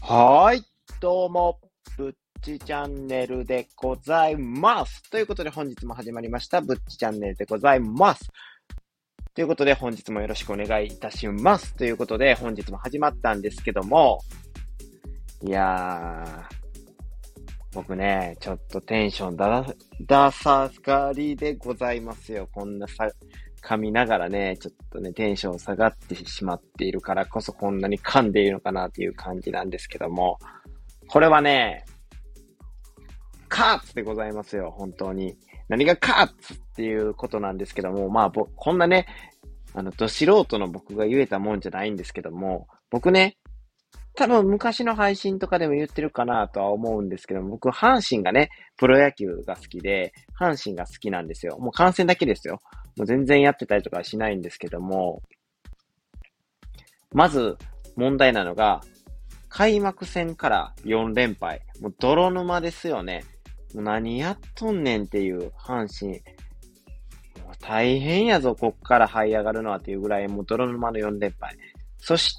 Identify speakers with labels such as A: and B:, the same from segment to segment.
A: はーい、どうも、ぶっちチャンネルでございます。ということで本日も始まりました、ぶっちチャンネルでございます。ということで本日もよろしくお願いいたします。ということで本日も始まったんですけども、いや僕ね、ちょっとテンションださがりでございますよ。こんな噛みながらね、ちょっとね、テンション下がってしまっているからこそこんなに噛んでいるのかなっていう感じなんですけども、これはね、カーツでございますよ、本当に。何がカーツっていうことなんですけども、こんなね、ど素人の僕が言えたもんじゃないんですけども、僕ね、多分昔の配信とかでも言ってるかなとは思うんですけども、僕、阪神がね、プロ野球が好きで、阪神が好きなんですよ。もう観戦だけですよ。もう全然やってたりとかはしないんですけども、まず問題なのが、開幕戦から4連敗。もう泥沼ですよね。もう何やっとんねんっていう阪神。もう大変やぞ、こっから這い上がるのはっていうぐらい、もう泥沼の4連敗。そして、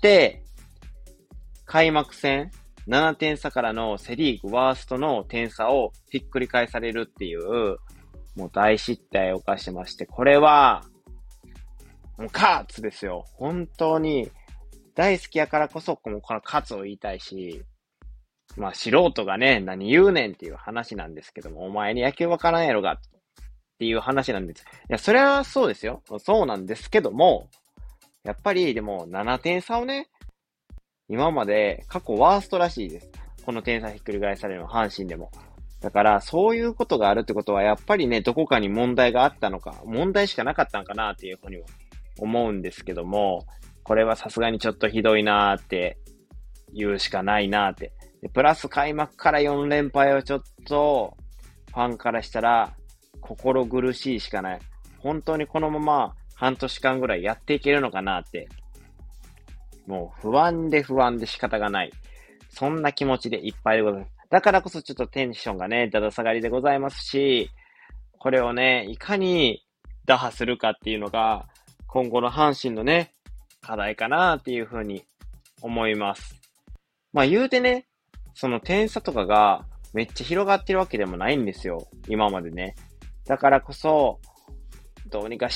A: 開幕戦、7点差からのセリーグワーストの点差をひっくり返されるっていう、もう大失態を犯してまして、これは、もうカーツですよ。本当に、大好きやからこそ、このカツを言いたいし、素人がね、何言うねんっていう話なんですけども、お前に野球わからんやろがっていう話なんです。いや、それはそうですよ。そうなんですけども、やっぱりでも7点差をね、今まで過去ワーストらしいです。この点差ひっくり返されるの阪神でも。だから、そういうことがあるってことは、やっぱりね、どこかに問題があったのか、問題しかなかったのかなっていうふうにも思うんですけども、これはさすがにちょっとひどいなーって言うしかないなーって。でプラス開幕から4連敗はちょっと、ファンからしたら、心苦しいしかない。本当にこのまま半年間ぐらいやっていけるのかなって。もう不安で不安で仕方がない。そんな気持ちでいっぱいでございます。だからこそちょっとテンションがね、だだ下がりでございますし、これをね、いかに打破するかっていうのが、今後の阪神のね、課題かなっていうふうに思います。言うてね、その点差とかがめっちゃ広がってるわけでもないんですよ。今までね。だからこそ、どうにかして、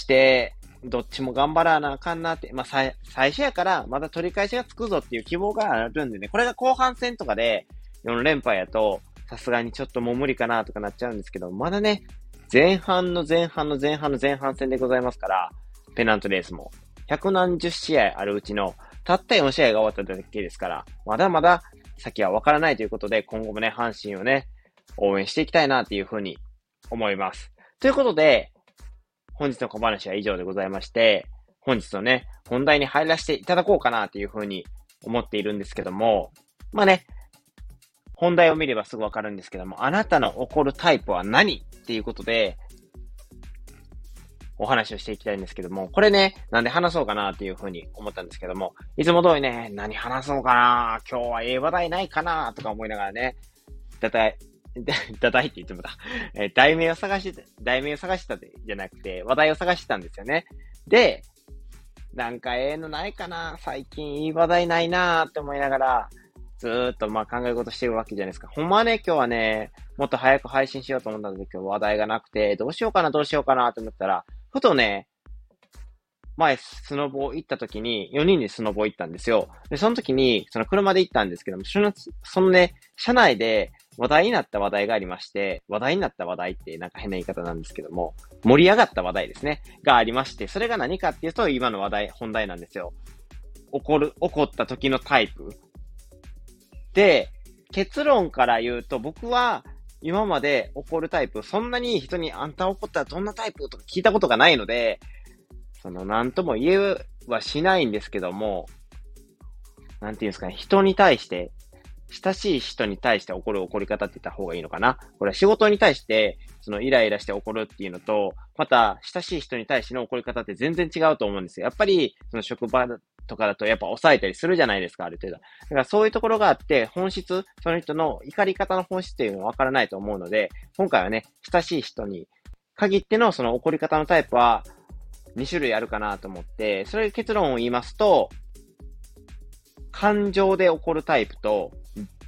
A: どっちも頑張らなあかんなって。最初やからまだ取り返しがつくぞっていう希望があるんでね。これが後半戦とかで4連敗やと、さすがにちょっともう無理かなとかなっちゃうんですけど、まだね、前半の前半の前半の前半戦でございますから、ペナントレースも。百何十試合あるうちの、たった4試合が終わっただけですから、まだまだ先はわからないということで、今後もね、阪神をね、応援していきたいなっていうふうに思います。ということで、本日の小話は以上でございまして、本日のね、本題に入らせていただこうかなっていうふうに思っているんですけども、本題を見ればすぐわかるんですけども、あなたの怒るタイプは何っていうことで、お話をしていきたいんですけども、これね、なんで話そうかなっていうふうに思ったんですけども、いつも通りね、何話そうかな、今日は話題ないかなとか思いながらね、だたい、だたいって言ってもた。題名を探してたじゃなくて、話題を探してたんですよね。で、なんかのないかな、最近いい話題ないなって思いながら、ずーっと考え事してるわけじゃないですか。ほんまはね、今日はね、もっと早く配信しようと思ったんだけど、今日話題がなくて、どうしようかなと思ったら、ふとね、前、スノボ行った時に、4人でスノボ行ったんですよ。で、その時に、その車で行ったんですけども、そのね、車内で話題になった話題がありまして、話題になった話題ってなんか変な言い方なんですけども、盛り上がった話題ですね、がありまして、それが何かっていうと、今の本題なんですよ。怒った時のタイプ。で、結論から言うと、僕は、今まで怒るタイプ、そんなに人にあんた怒ったらどんなタイプとか聞いたことがないので、なんとも言えはしないんですけども、なんていうんですかね、親しい人に対して怒る怒り方って言った方がいいのかな。これは仕事に対して、イライラして怒るっていうのと、また、親しい人に対しての怒り方って全然違うと思うんですよ。やっぱり、職場とかだとやっぱ抑えたりするじゃないですか、ある程度。だからそういうところがあって、その人の怒り方の本質っていうのはわからないと思うので、今回はね、親しい人に限ってのその怒り方のタイプは、2種類あるかなと思って、それ結論を言いますと、感情で怒るタイプと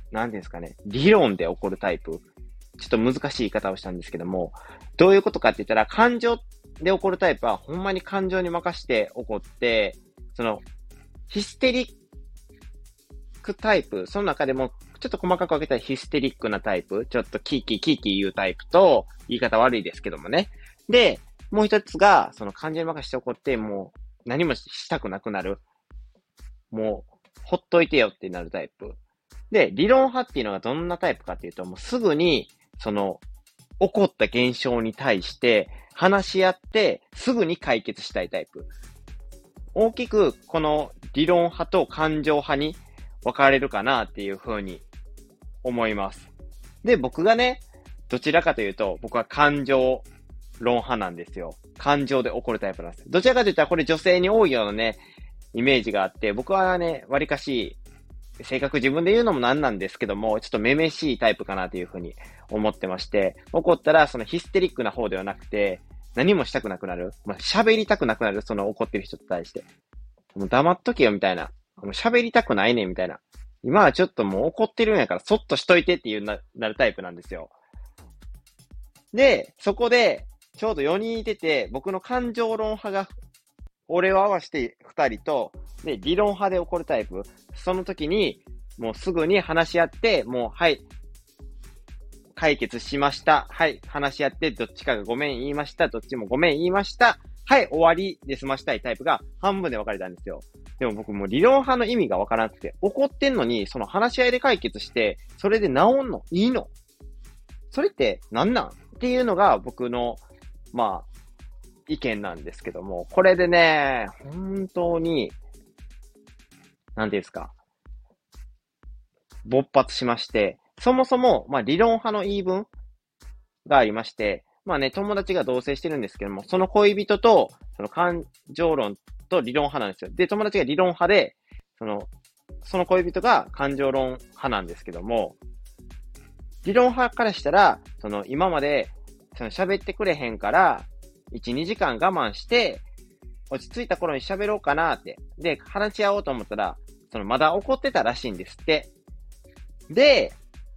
A: なんていうんですかね、理論で起こるタイプ。ちょっと難しい言い方をしたんですけども、どういうことかって言ったら、感情で起こるタイプは、ほんまに感情に任して起こって、ヒステリックタイプ、その中でも、ちょっと細かく分けたらヒステリックなタイプ、ちょっとキーキーキーキー言うタイプと、言い方悪いですけどもね。で、もう一つが、その感情に任せて起こって、もう何もしたくなくなる。もう、ほっといてよってなるタイプ。で、理論派っていうのがどんなタイプかっていうと、もうすぐに、起こった現象に対して話し合って、すぐに解決したいタイプ。大きく、この理論派と感情派に分かれるかなっていうふうに思います。で、僕がね、どちらかというと、僕は感情論派なんですよ。感情で起こるタイプなんです。どちらかというと、これ女性に多いようなね、イメージがあって、僕はね、割かし、性格自分で言うのもなんなんですけども、ちょっとめめしいタイプかなというふうに思ってまして、怒ったらそのヒステリックな方ではなくて、何もしたくなくなる。喋りたくなくなる、その怒ってる人に対して。もう黙っとけよみたいな。もう喋りたくないねみたいな。今はちょっともう怒ってるんやからそっとしといてっていうなるタイプなんですよ。で、そこで、ちょうど4人いてて、僕の感情論派が、俺を合わせて2人と、で、理論派で起こるタイプ。その時に、もうすぐに話し合って、もう、はい、解決しました。はい、話し合って、どっちかがごめん言いました。どっちもごめん言いました。はい、終わりで済ましたいタイプが半分で分かれたんですよ。でも僕もう理論派の意味が分からなくて、怒ってんのに、その話し合いで解決して、それで治んのいいのそれってなんなんっていうのが僕の、まあ、意見なんですけども、これでね、本当に、なんていうんですか、勃発しまして、そもそも、理論派の言い分がありまして、友達が同棲してるんですけども、その恋人と、その感情論と理論派なんですよ。で、友達が理論派で、その恋人が感情論派なんですけども、理論派からしたら、今まで、喋ってくれへんから、1、2時間我慢して、落ち着いた頃に喋ろうかなって。で、話し合おうと思ったら、まだ怒ってたらしいんですって。で、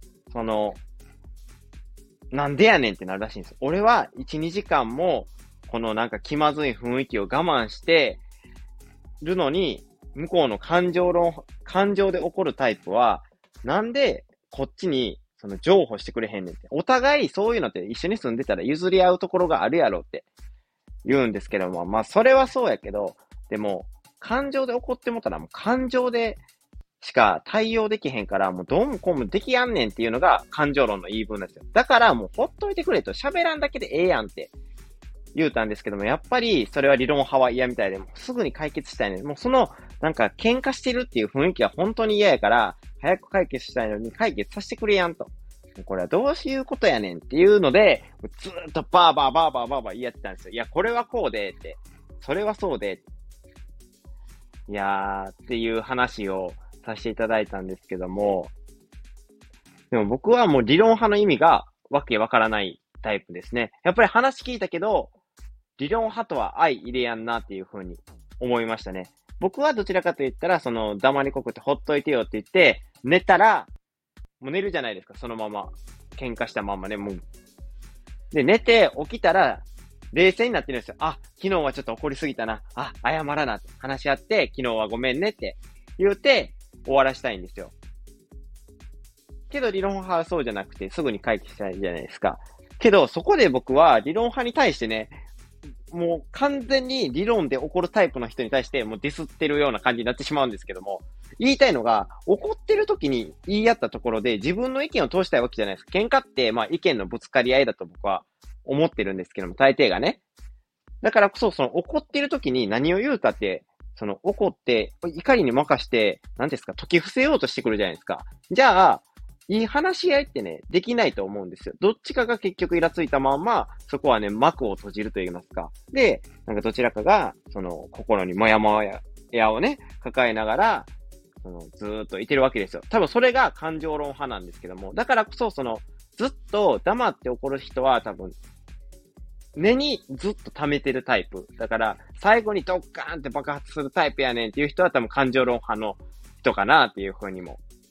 A: なんでやねんってなるらしいんです。俺は1、2時間も、このなんか気まずい雰囲気を我慢してるのに、向こうの感情で起こるタイプは、なんでこっちに譲歩してくれへんねんって。お互いそういうのって一緒に住んでたら譲り合うところがあるやろって言うんですけども、それはそうやけど、でも、感情で起こってもたらもう感情でしか対応できへんから、もうどうもこうもできやんねんっていうのが感情論の言い分ですよ。だからもうほっといてくれと喋らんだけでええやんって言うたんですけども、やっぱりそれは理論派は嫌みたいで、もうすぐに解決したいね。もうなんか喧嘩してるっていう雰囲気は本当に嫌やから、早く解決したいのに解決させてくれやんと。これはどういうことやねんっていうので、ずーっとバーバー言い合ってたんですよ。いや、これはこうでって。それはそうで。いやー、っていう話をさせていただいたんですけども、でも僕はもう理論派の意味がわけわからないタイプですね。やっぱり話聞いたけど、理論派とは相入れやんなっていう風に思いましたね。僕はどちらかと言ったら、黙りこくってほっといてよって言って、寝たら、もう寝るじゃないですか、そのまま。喧嘩したままね、もう。で、寝て起きたら、冷静になってるんですよ。あ、昨日はちょっと怒りすぎたな。あ、謝らなって話し合って、昨日はごめんねって言うて、終わらしたいんですよ。けど理論派はそうじゃなくて、すぐに解決したいじゃないですか。けど、そこで僕は理論派に対してね、もう完全に理論で怒るタイプの人に対してもうディスってるような感じになってしまうんですけども、言いたいのが、怒ってる時に言い合ったところで自分の意見を通したいわけじゃないですか。喧嘩って意見のぶつかり合いだと僕は思ってるんですけども、大抵がね。だからこそ、怒ってる時に何を言うかって、怒って、怒りに任して、何ですか、解き伏せようとしてくるじゃないですか。じゃあ、いい話し合いってね、できないと思うんですよ。どっちかが結局イラついたまんま、そこはね、幕を閉じると言いますか。で、なんかどちらかが、心にもやもやをね、抱えながら、ずーっといてるわけですよ。多分それが感情論派なんですけども、だからこそ、ずっと黙って怒る人は多分、根にずっと溜めてるタイプ。だから、最後にドッカーンって爆発するタイプやねんっていう人は多分感情論派の人かなっていうふうにも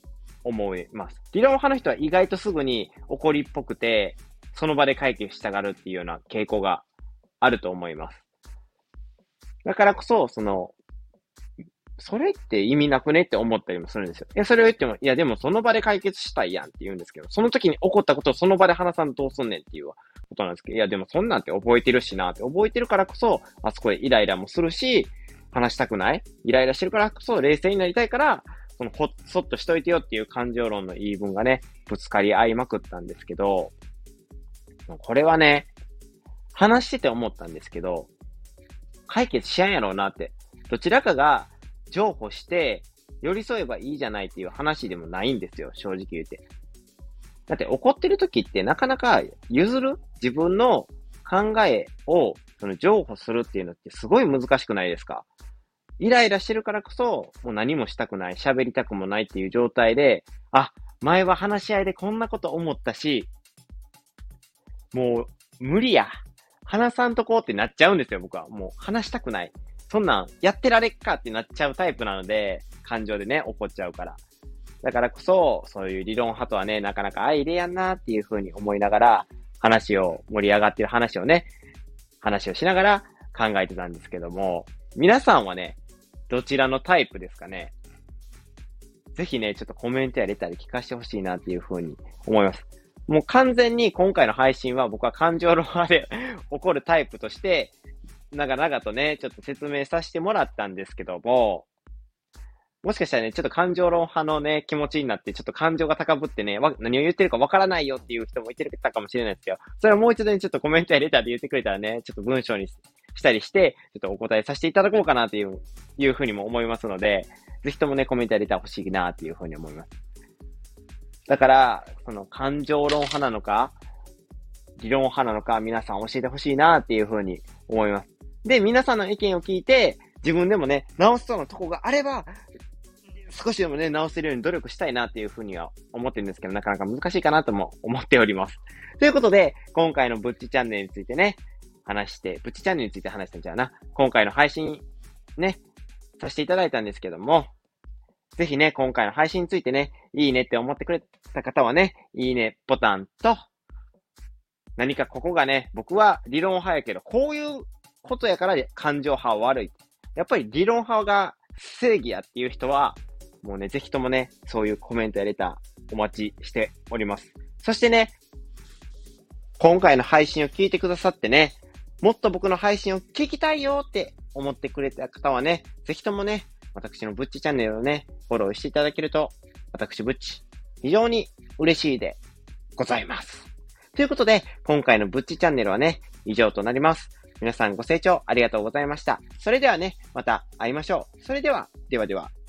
A: 思います。理論派の人は意外とすぐに怒りっぽくて、その場で解決したがるっていうような傾向があると思います。だからこそ、それって意味なくねって思ったりもするんですよ。それを言っても、いやでもその場で解決したいやんって言うんですけど、その時に起こったことをその場で話さんとどうすんねんっていうことなんですけど、いやでもそんなんって覚えてるしなって、覚えてるからこそ、あそこでイライラもするし、話したくないイライラしてるからこそ冷静になりたいから、そっとしといてよっていう感情論の言い分がね、ぶつかり合いまくったんですけど、これはね、話してて思ったんですけど、解決しやんやろうなって。どちらかが譲歩して、寄り添えばいいじゃないっていう話でもないんですよ、正直言うて。だって怒ってる時ってなかなか譲る自分の考えを譲歩するっていうのってすごい難しくないですか？イライラしてるからこそ、もう何もしたくない、喋りたくもないっていう状態で、前は話し合いでこんなこと思ったし、もう無理や。話さんとこうってなっちゃうんですよ、僕は。もう話したくない。そんなんやってられっかってなっちゃうタイプなので、感情でね、怒っちゃうから。だからこそ、そういう理論派とはね、なかなか相入れやんなっていう風に思いながら、盛り上がってる話をしながら考えてたんですけども、皆さんはね、どちらのタイプですかね？ぜひね、ちょっとコメントやレターで聞かせてほしいなっていう風に思います。もう完全に今回の配信は僕は感情論派で怒るタイプとして、長々とね、ちょっと説明させてもらったんですけども、もしかしたらね、ちょっと感情論派のね、気持ちになって、ちょっと感情が高ぶってね、何を言ってるかわからないよっていう人もいてたかもしれないですけど、それはもう一度ね、ちょっとコメントやレターで言ってくれたらね、ちょっと文章にしたりして、ちょっとお答えさせていただこうかなっていうふうにも思いますので、ぜひともね、コメントやレター欲しいなっていうふうに思います。だから、感情論派なのか、理論派なのか、皆さん教えてほしいなっていうふうに思います。で、皆さんの意見を聞いて、自分でもね、直しそうなとこがあれば、少しでもね、直せるように努力したいなっていうふうには思ってるんですけど、なかなか難しいかなとも思っております。ということで、今回のブッチチャンネルについてね、ブッチチャンネルについて話したんじゃな。今回の配信ね、させていただいたんですけども、ぜひね、今回の配信についてね、いいねって思ってくれた方はね、いいねボタンと、何かここがね、僕は理論派やけど、こういうことやから感情派は悪い。やっぱり理論派が正義やっていう人は、もうね、ぜひともね、そういうコメントやレターお待ちしております。そしてね、今回の配信を聞いてくださってね、もっと僕の配信を聞きたいよって思ってくれた方はね、ぜひともね、私のブッチチャンネルをね、フォローしていただけると、私ブッチ、非常に嬉しいでございます。ということで、今回のブッチチャンネルはね、以上となります。皆さんご清聴ありがとうございました。それではね、また会いましょう。それでは、では。